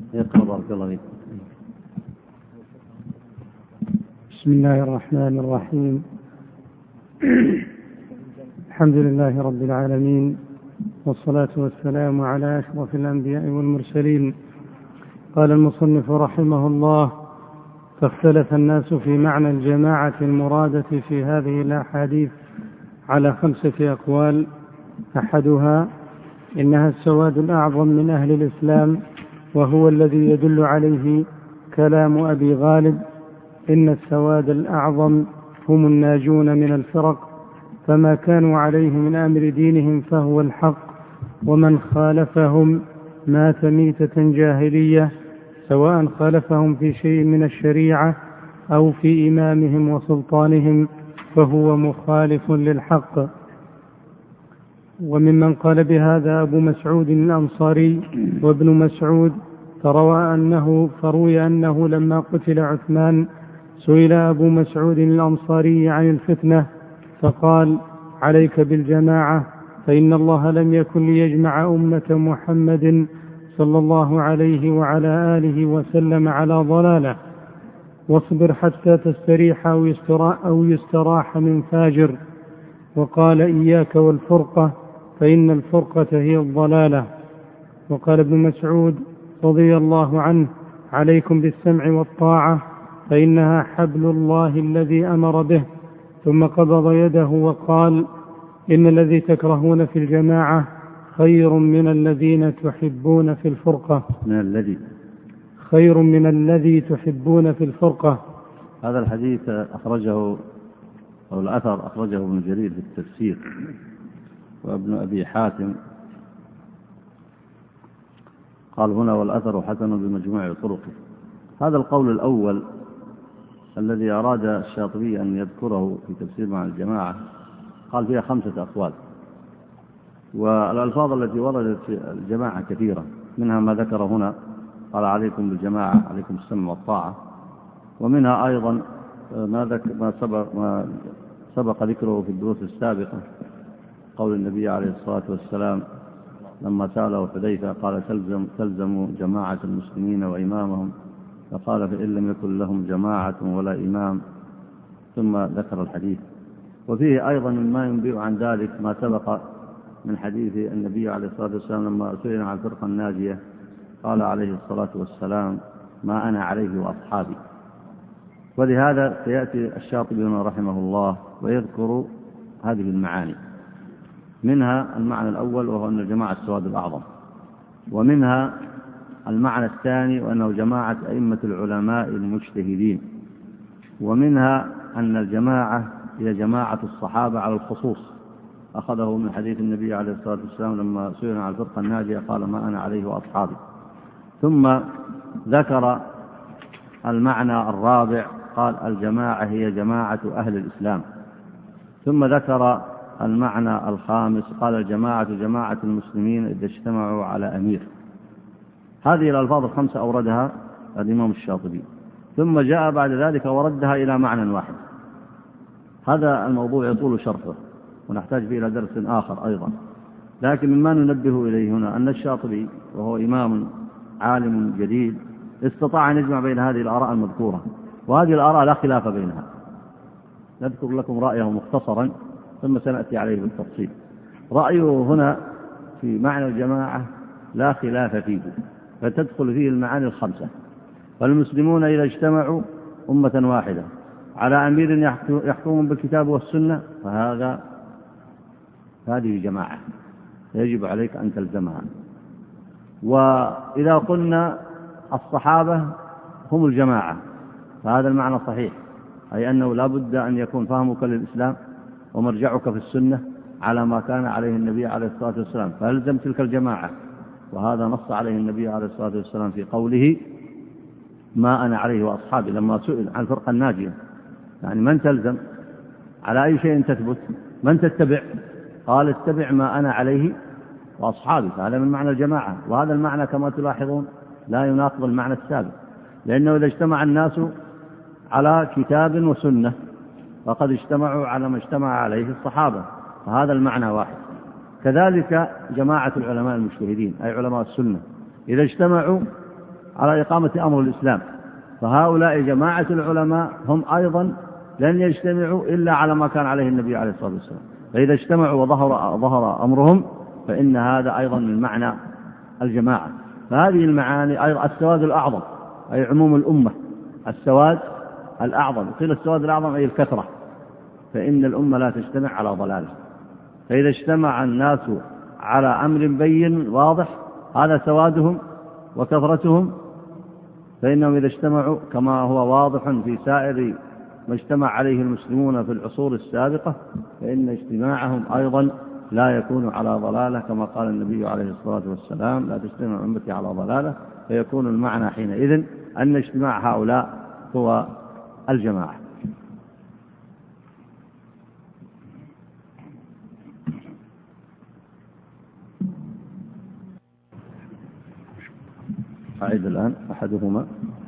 يقرأ بارك الله فيك. بسم الله الرحمن الرحيم. الحمد لله رب العالمين، والصلاة والسلام على أشرف الأنبياء والمرسلين. قال المصنف رحمه الله: فاختلف الناس في معنى الجماعة المرادة في هذه الأحاديث على 5 أقوال. أحدها إنها السواد الأعظم من أهل الإسلام، وهو الذي يدل عليه كلام أبي غالب: إن السواد الأعظم هم الناجون من الفرق، فما كانوا عليه من أمر دينهم فهو الحق، ومن خالفهم مات ميتة جاهلية، سواء خالفهم في شيء من الشريعة أو في إمامهم وسلطانهم، فهو مخالف للحق. وممن قال بهذا أبو مسعود الأنصاري وابن مسعود، فروي أنه لما قتل عثمان سئل أبو مسعود الأنصاري عن الفتنة فقال: عليك بالجماعة، فإن الله لم يكن ليجمع أمة محمد صلى الله عليه وعلى آله وسلم على ضلالة، واصبر حتى تستريح أو يستراح من فاجر. وقال: إياك والفرقة، فإن الفرقة هي الضلالة. وقال ابن مسعود رضي الله عنه: عليكم بالسمع والطاعة، فإنها حبل الله الذي أمر به. ثم قبض يده وقال: إن الذي تكرهون في الجماعة خير من الذين تحبون في الفرقة. خير من الذي تحبون في الفرقة. هذا الحديث أخرجه، أو الأثر أخرجه ابن جرير في التفسير، وابن أبي حاتم قال هنا: والأثر حسن بمجموع طرقه. هذا القول الأول الذي أراد الشاطبي أن يذكره في تفسير مع الجماعة قال فيها 5 أقوال، والألفاظ التي وردت في الجماعة كثيرة، منها ما ذكر هنا قال: عليكم بالجماعة، عليكم السمع والطاعة. ومنها أيضا ما سبق ذكره في الدروس السابقة، قول النبي عليه الصلاة والسلام لما سأله حذيفة قال: تلزموا جماعة المسلمين وإمامهم، فقال: فإن لم يكن لهم جماعة ولا إمام، ثم ذكر الحديث. وفيه أيضا مما ينبئ عن ذلك ما سبق من حديث النبي عليه الصلاة والسلام لما سئل عن الفرقة الناجية قال عليه الصلاة والسلام: ما أنا عليه وأصحابي. ولهذا سيأتي الشاطبي رحمه الله ويذكر هذه المعاني، منها المعنى الأول وهو أن الجماعة السواد الأعظم، ومنها المعنى الثاني وأنه جماعة أئمة العلماء المجتهدين، ومنها أن الجماعة هي جماعة الصحابة على الخصوص، أخذه من حديث النبي عليه الصلاة والسلام لما سئل عن الفرقة الناجية قال: ما أنا عليه وأصحابي. ثم ذكر المعنى الرابع قال: الجماعة هي جماعة أهل الإسلام. ثم ذكر المعنى الخامس قال: الجماعة جماعة المسلمين إذا اجتمعوا على أمير. هذه الألفاظ 5 أوردها الإمام الشاطبي، ثم جاء بعد ذلك وردها إلى معنى واحد. هذا الموضوع يطول شرحه ونحتاج به إلى درس آخر أيضا، لكن مما ننبه إليه هنا أن الشاطبي وهو إمام عالم جديد استطاع أن يجمع بين هذه الآراء المذكورة، وهذه الآراء لا خلاف بينها. نذكر لكم رأيه مختصرا ثم سنأتي عليه بالتفصيل. رأيه هنا في معنى الجماعة لا خلاف فيه، فتدخل فيه المعاني 5. فالمسلمون إذا اجتمعوا أمة واحدة على أمير يحكمون بالكتاب والسنة هذه جماعة يجب عليك أن تلزمها. وإذا قلنا الصحابة هم الجماعة فهذا المعنى صحيح، أي أنه لا بد أن يكون فهمك للإسلام ومرجعك في السنة على ما كان عليه النبي عليه الصلاة والسلام، فألزم تلك الجماعة. وهذا نص عليه النبي عليه الصلاة والسلام في قوله: ما أنا عليه وأصحابي، لما سئل عن الفرقة الناجية، يعني من تلزم، على أي شيء تثبت، من تتبع؟ قال: اتبع ما أنا عليه وأصحابي. فهذا من معنى الجماعة، وهذا المعنى كما تلاحظون لا يناقض المعنى السابق، لأنه إذا اجتمع الناس على كتاب وسنة فقد اجتمعوا على ما اجتمع عليه الصحابة، فهذا المعنى واحد. كذلك جماعة العلماء المجتهدين أي علماء السنة إذا اجتمعوا على إقامة أمر الإسلام. فهؤلاء جماعة العلماء هم أيضا لن يجتمعوا إلا على ما كان عليه النبي عليه الصلاة والسلام، فإذا اجتمعوا وظهر أمرهم فإن هذا أيضا من معنى الجماعة. فهذه المعاني أيضا السواد الأعظم أي عموم الأمة، السواد الأعظم، قيل السواد الأعظم أي الكثرة، فإن الأمة لا تجتمع على ضلاله. فإذا اجتمع الناس على أمر بين واضح هذا سوادهم وكثرتهم، فإنهم إذا اجتمعوا كما هو واضح في سائر ما اجتمع عليه المسلمون في العصور السابقة، فإن اجتماعهم أيضا لا يكون على ضلالة، كما قال النبي عليه الصلاة والسلام: لا تجتمع أمتي على ضلالة. فيكون المعنى حينئذ أن اجتماع هؤلاء هو الجماعة. أعيد الآن أحدهما.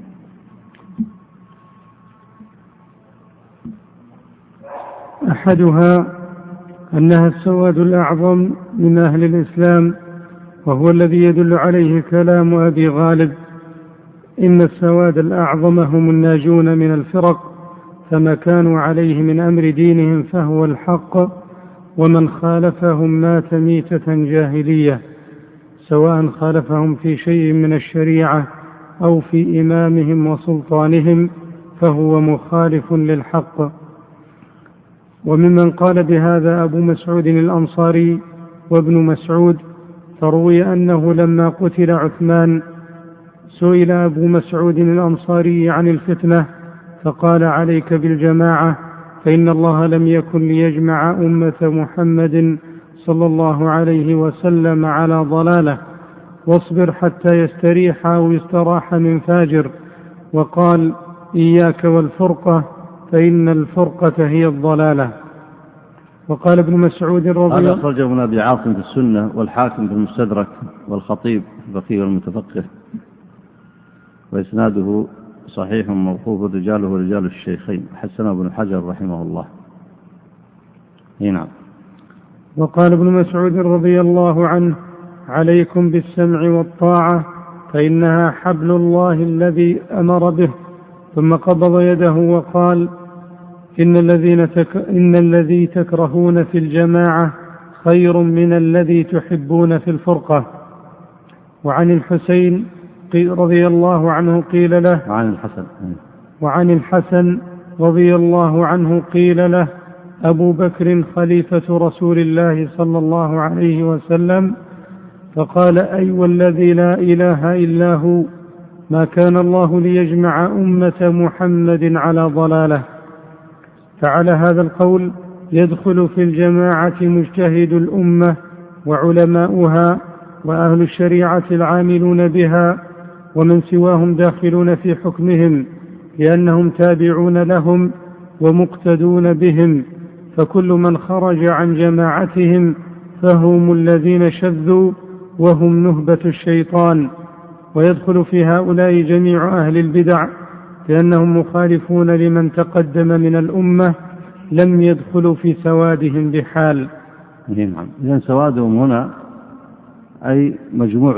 أحدها أنها السواد الأعظم من أهل الإسلام، وهو الذي يدل عليه كلام أبي غالب: إن السواد الأعظم هم الناجون من الفرق، فما كانوا عليه من أمر دينهم فهو الحق، ومن خالفهم مات ميتة جاهلية، سواء خالفهم في شيء من الشريعة أو في إمامهم وسلطانهم فهو مخالف للحق. وممن قال بهذا أبو مسعود الأنصاري وابن مسعود، فروي أنه لما قتل عثمان سئل أبو مسعود الأنصاري عن الفتنة فقال: عليك بالجماعة، فإن الله لم يكن ليجمع أمة محمد صلى الله عليه وسلم على ضلالة، واصبر حتى يستريح أو يستراح من فاجر. وقال: إياك والفرقة، فإن الفرقة هي الضلالة. وقال ابن مسعود رضي الله عنه: هذا أخرجه ابن أبي عاصم في السنة، والحاكم في المستدرك، والخطيب في الفقيه والمتفقه، وإسناده صحيح موقوف، رجاله رجال الشيخين، حسنه ابن حجر رحمه الله. نعم. وقال ابن مسعود رضي الله عنه: عليكم بالسمع والطاعة، فإنها حبل الله الذي أمر به. ثم قبض يده وقال: إن الذي تكرهون في الجماعة خير من الذي تحبون في الفرقة. وعن الحسين رضي الله عنه قيل له: وعن الحسن رضي الله عنه قيل له: أبو بكر خليفة رسول الله صلى الله عليه وسلم. فقال: أي والذي لا إله إلا هو، ما كان الله ليجمع أمة محمد على ضلالة. فعلى هذا القول يدخل في الجماعة مجتهد الأمة وعلماؤها وأهل الشريعة العاملون بها، ومن سواهم داخلون في حكمهم، لأنهم تابعون لهم ومقتدون بهم، فكل من خرج عن جماعتهم فهم الذين شذوا وهم نهبة الشيطان. ويدخل في هؤلاء جميع أهل البدع، لأنهم مخالفون لمن تقدم من الأمة، لم يدخلوا في سوادهم بحال. نعم. إذن سوادهم هنا أي مجموع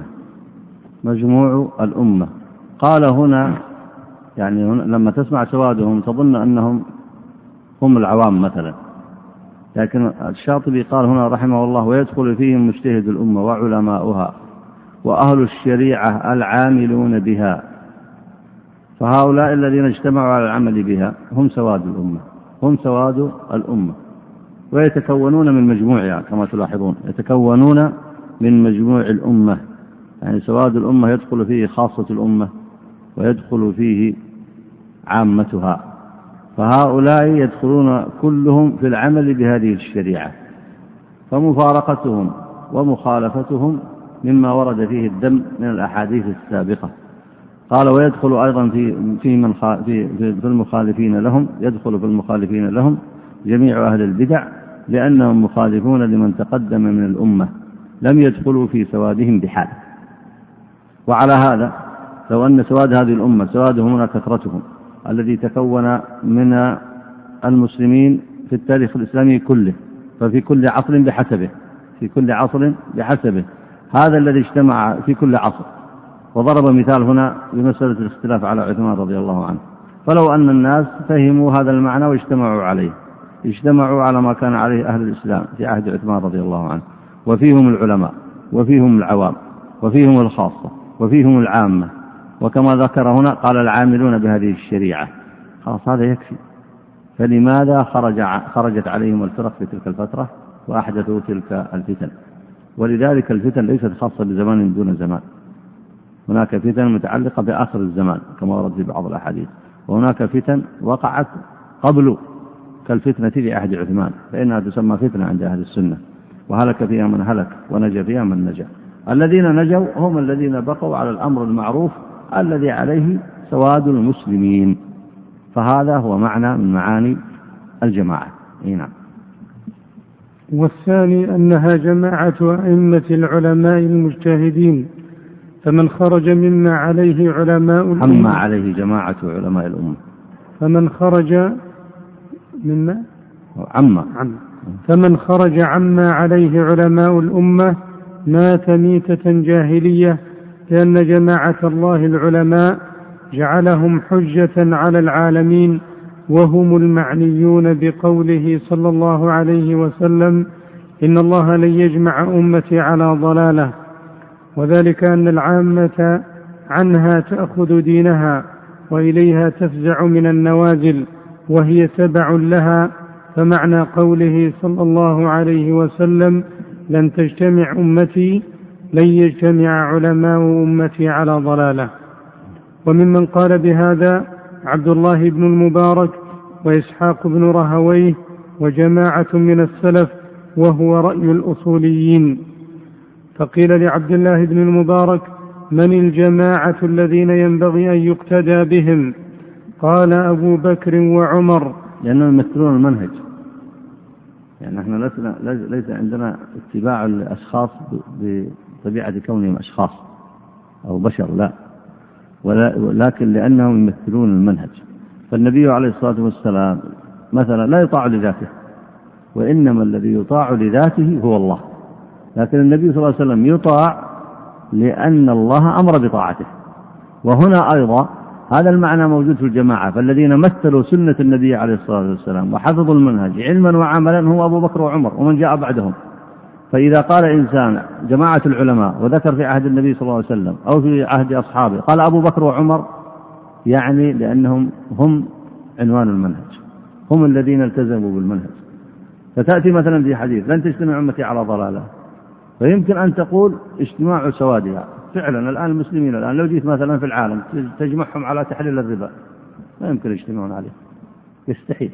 الأمة. قال هنا يعني هنا لما تسمع سوادهم تظن أنهم هم العوام مثلا، لكن الشاطبي قال هنا رحمه الله: ويدخل فيهم مجتهد الأمة وعلماؤها وأهل الشريعة العاملون بها. فهؤلاء الذين اجتمعوا على العمل بها هم سواد الأمة، ويتكونون من مجموعها كما تلاحظون، يتكونون من مجموع الأمة. يعني سواد الأمة يدخل فيه خاصة الأمة ويدخل فيه عامتها، فهؤلاء يدخلون كلهم في العمل بهذه الشريعة، فمفارقتهم ومخالفتهم مما ورد فيه الدم من الأحاديث السابقة. قال: ويدخل أيضا في المخالفين لهم، يدخل في المخالفين لهم جميع أهل البدع، لأنهم مخالفون لمن تقدم من الأمة، لم يدخلوا في سوادهم بحال. وعلى هذا لو أن سواد هذه الأمة سوادهم هنا كثرتهم الذي تكون من المسلمين في التاريخ الإسلامي كله، ففي كل عصر بحسبه، هذا الذي اجتمع في كل عصر وضرب مثال هنا بمسألة الاختلاف على عثمان رضي الله عنه. فلو أن الناس فهموا هذا المعنى واجتمعوا عليه، اجتمعوا على ما كان عليه أهل الإسلام في عهد عثمان رضي الله عنه، وفيهم العلماء وفيهم العوام وفيهم الخاصة وفيهم العامة، وكما ذكر هنا قال العاملون بهذه الشريعة، خلاص هذا يكفي. فلماذا خرجت عليهم الفرق في تلك الفترة وأحدثوا تلك الفتن؟ ولذلك الفتن ليست خاصة بزمان دون زمان، هناك فتن متعلقة بآخر الزمان كما ورد في بعض الأحاديث، وهناك فتن وقعت قبل كالفتنة في عهد عثمان، فإنها تسمى فتنة عند أهل السنة، وهلك فيها من هلك ونجا فيها من نجا. الذين نجوا هم الذين بقوا على الأمر المعروف الذي عليه سواد المسلمين، فهذا هو معنى من معاني الجماعة. نعم. والثاني أنها جماعة أئمة العلماء المجتهدين، فمن خرج مما عليه علماء الأمة، عما عليه جماعة علماء الأمة، فمن خرج مما فمن خرج عما عليه علماء الأمة مات ميتة جاهلية، لأن جماعة الله العلماء جعلهم حجة على العالمين، وهم المعنيون بقوله صلى الله عليه وسلم: إن الله لن يجمع أمتي على ضلالة، وذلك أن العامة عنها تأخذ دينها وإليها تفزع من النوازل، وهي تبع لها. فمعنى قوله صلى الله عليه وسلم: لن تجتمع أمتي، لن يجتمع علماء أمتي على ضلالة. وممن قال بهذا عبد الله بن المبارك وإسحاق بن رهويه وجماعة من السلف، وهو رأي الأصوليين. فقيل لعبد الله بن المبارك: من الجماعة الذين ينبغي أن يقتدى بهم؟ قال: أبو بكر وعمر، لأنهم يمثلون المنهج. يعني نحن ليس عندنا اتباع الأشخاص بطبيعة كونهم أشخاص أو بشر، لا، ولكن لأنهم يمثلون المنهج. فالنبي عليه الصلاة والسلام مثلا لا يطاع لذاته، وإنما الذي يطاع لذاته هو الله، لكن النبي صلى الله عليه وسلم يطاع لأن الله أمر بطاعته. وهنا أيضا هذا المعنى موجود في الجماعة، فالذين مثلوا سنة النبي عليه الصلاة والسلام وحفظوا المنهج علما وعملا هم أبو بكر وعمر ومن جاء بعدهم. فإذا قال إنسان جماعة العلماء وذكر في عهد النبي صلى الله عليه وسلم أو في عهد أصحابه قال أبو بكر وعمر، يعني لأنهم هم عنوان المنهج، هم الذين التزموا بالمنهج. فتأتي مثلا في حديث: لن تجتمع أمتي على ضلالة، فيمكن أن تقول اجتماع سوادها. فعلا الآن المسلمين الآن لو جيت مثلا في العالم تجمعهم على تحليل الربا لا يمكن يجتمعون عليه، يستحيل.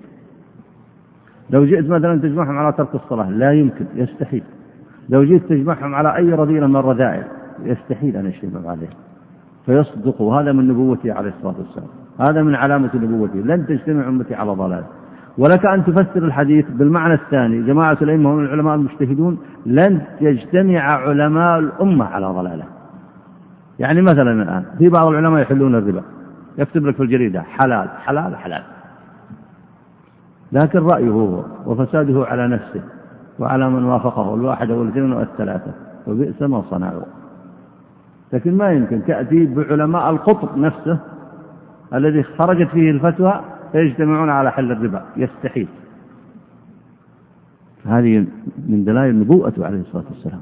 لو جئت مثلا تجمعهم على ترك الصلاة لا يمكن، يستحيل. لو جئت تجمعهم على أي رذيلة من الرذائل يستحيل أن يجتمعوا عليه. فيصدقوا، هذا من نبوته عليه الصلاة والسلام، هذا من علامة نبوته: لن تجتمع أمتي على ضلال. ولك أن تفسر الحديث بالمعنى الثاني: جماعة الأئمة هم العلماء المجتهدون، لن تجتمع علماء الأمة على ضلالة. يعني مثلا الآن في بعض العلماء يحلون الربا، يكتب لك في الجريدة: حلال حلال حلال، لكن رأيه هو وفساده على نفسه وعلى من وافقه، الواحد والاثنين والثلاثة، وبئس ما صنعوا. لكن ما يمكن تأتي بعلماء القطب نفسه الذي خرجت فيه الفتوى فيجتمعون على حل الربا، يستحيل. هذه من دلائل نبوءته عليه الصلاة والسلام،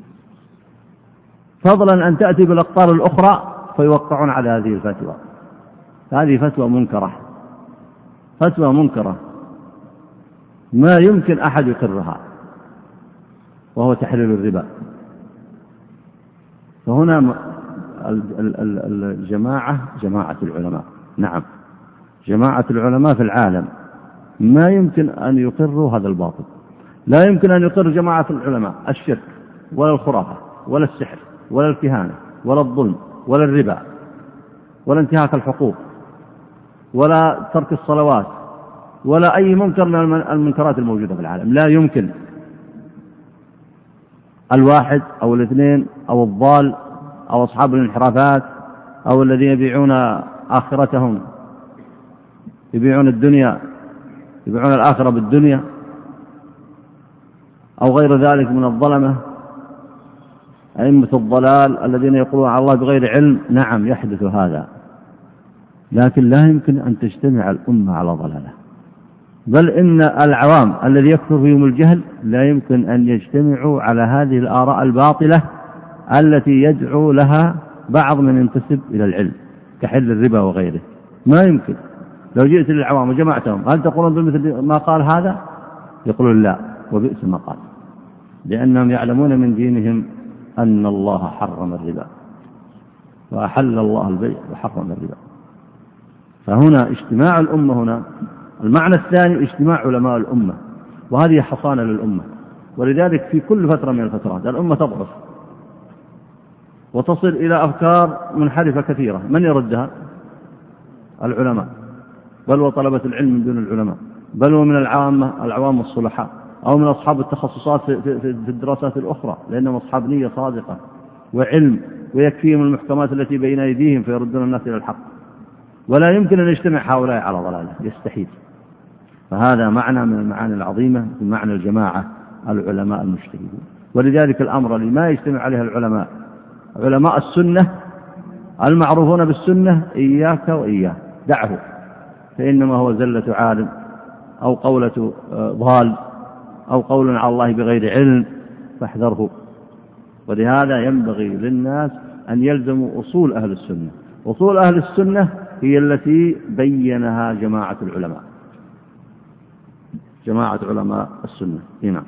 فضلا أن تأتي بالأقطار الأخرى فيوقعون على هذه الفتوى. هذه فتوى منكرة، فتوى منكرة ما يمكن أحد يقرها، وهو تحليل الربا. فهنا الجماعة جماعة العلماء، نعم، جماعة العلماء في العالم ما يمكن أن يقروا هذا الباطل. لا يمكن أن يقر جماعة العلماء الشرك ولا الخرافة ولا السحر ولا الكهانة ولا الظلم ولا الربا ولا انتهاك الحقوق ولا ترك الصلوات ولا أي منكر من المنكرات الموجودة في العالم. لا يمكن. الواحد أو الاثنين أو الضال أو أصحاب الانحرافات أو الذين يبيعون آخرتهم، يبيعون الدنيا، يبيعون الآخرة بالدنيا، أو غير ذلك من الظلمة أئمة الضلال الذين يقولون على الله بغير علم، نعم يحدث هذا، لكن لا يمكن أن تجتمع الأمة على ضلالة، بل إن العوام الذي يكثر فيهم الجهل لا يمكن أن يجتمعوا على هذه الآراء الباطلة التي يدعو لها بعض من ينتسب إلى العلم كحل الربا وغيره. ما يمكن. لو جئت للعوام وجمعتهم هل تقولون بمثل ما قال هذا؟ يقولون لا، وبئس ما قال، لأنهم يعلمون من دينهم أن الله حرم الربا وأحل الله البيع وحرم الربا. فهنا اجتماع الأمة هنا. المعنى الثاني اجتماع علماء الأمة، وهذه حصانة للأمة، ولذلك في كل فترة من الفترات الأمة تضعف وتصل إلى أفكار منحرفة كثيرة. من يردها؟ العلماء، بل وطلبة العلم من دون العلماء، بل ومن العوام الصلحاء، أو من أصحاب التخصصات في الدراسات الأخرى، لأنهم أصحاب نية صادقة وعلم، ويكفيهم المحكمات التي بين أيديهم فيردون الناس إلى الحق. ولا يمكن أن يجتمع هؤلاء على ضلالة، يستحيل. فهذا معنى من المعاني العظيمة في معنى الجماعة، العلماء المجتهدين. ولذلك الأمر اللي ما يجتمع عليها العلماء، علماء السنة المعروفون بالسنة، إياك وإياه، دعه، فإنما هو زلة عالم أو قولة ضال أو قول على الله بغير علم، فاحذره. ولهذا ينبغي للناس أن يلزموا أصول أهل السنة. أصول أهل السنة هي التي بينها جماعة العلماء، جماعة علماء السنة. هنا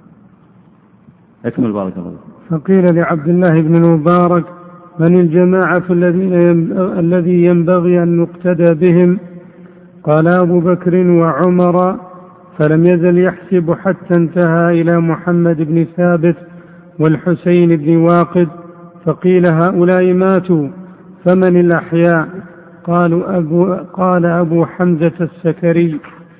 اكمل بارك الله. فقيل لعبد الله بن المبارك: من الجماعة الذي ينبغي أن نقتدى بهم؟ قال: أبو بكر وعمر. فلم يزل يحسب حتى انتهى إلى محمد بن ثابت والحسين بن واقد. فقيل: هؤلاء ماتوا، فمن الأحياء؟ قال أبو حمزة السكري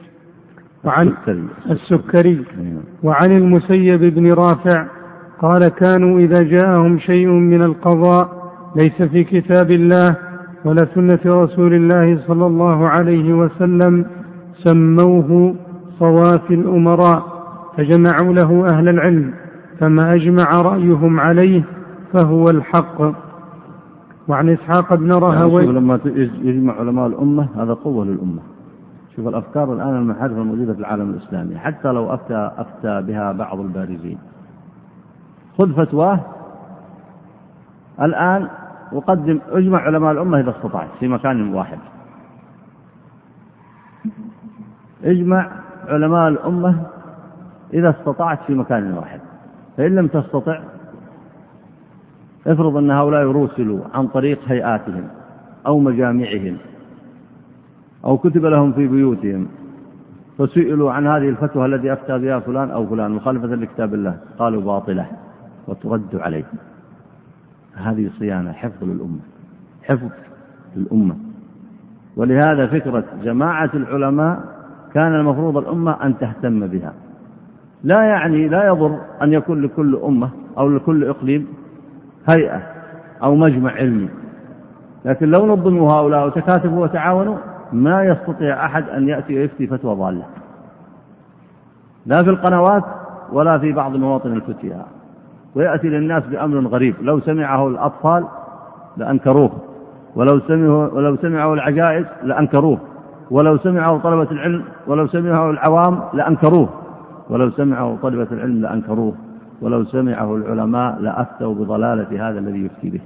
السكري. وعن المسيب بن رافع قال: كانوا إذا جاءهم شيء من القضاء ليس في كتاب الله ولا سنة رسول الله صلى الله عليه وسلم سموه صوافي الأمراء، فجمعوا له أهل العلم، فما أجمع رأيهم عليه فهو الحق. وعن إسحاق بن راهويه لما يجمع علماء الأمة هذا قوة للأمة. شوف الأفكار الآن المنحرفة الموجودة في العالم الإسلامي، حتى لو أفتى بها بعض البارزين، خذ فتواه الآن وقدم، اجمع علماء الأمة إذا استطعت في مكان واحد، اجمع علماء الأمة إذا استطعت في مكان واحد. فإن لم تستطع، افرض أن هؤلاء يرسلوا عن طريق هيئاتهم أو مجامعهم أو كتب لهم في بيوتهم، فسئلوا عن هذه الفتوى التي أفتى بها فلان أو فلان مخالفة لكتاب الله، قالوا باطلة وترد عليه. هذه صيانة، حفظ للأمة، حفظ للأمة. ولهذا فكرة جماعة العلماء كان المفروض الأمة أن تهتم بها. لا يعني لا يضر أن يكون لكل أمة أو لكل إقليم هيئة أو مجمع علمي، لكن لو نظموا هؤلاء وتكاتفوا وتعاونوا ما يستطيع أحد أن يأتي ويفتي فتوى ضالة، لا في القنوات ولا في بعض مواطن الفتيا، ويأتي للناس بأمر غريب لو سمعه الأطفال لأنكروه، ولو سمعه العجائز لأنكروه، ولو سمعه طلبة العلم، ولو سمعه العوام لأنكروه، ولو سمعه طلبة العلم لأنكروه، ولو سمعه العلماء لأفتوا بضلالة هذا الذي يفتي به.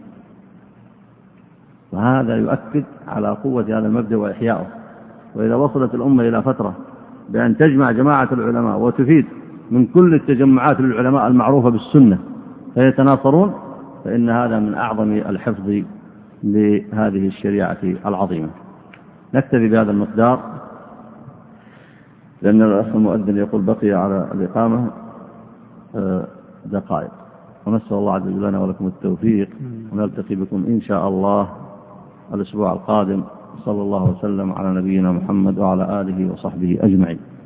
وهذا يؤكد على قوة هذا المبدأ وإحيائه. وإذا وصلت الأمة إلى فترة بأن تجمع جماعة العلماء وتفيد من كل التجمعات للعلماء المعروفة بالسنة فيتناصرون، فإن هذا من أعظم الحفظ لهذه الشريعة العظيمة. نكتفي بهذا المقدار لأن الأخ المؤذن يقول بقي على الإقامة دقائق، ونسأل الله عز وجل لنا ولكم التوفيق، ونلتقي بكم إن شاء الله الأسبوع القادم. صلى الله وسلم على نبينا محمد وعلى آله وصحبه أجمعين.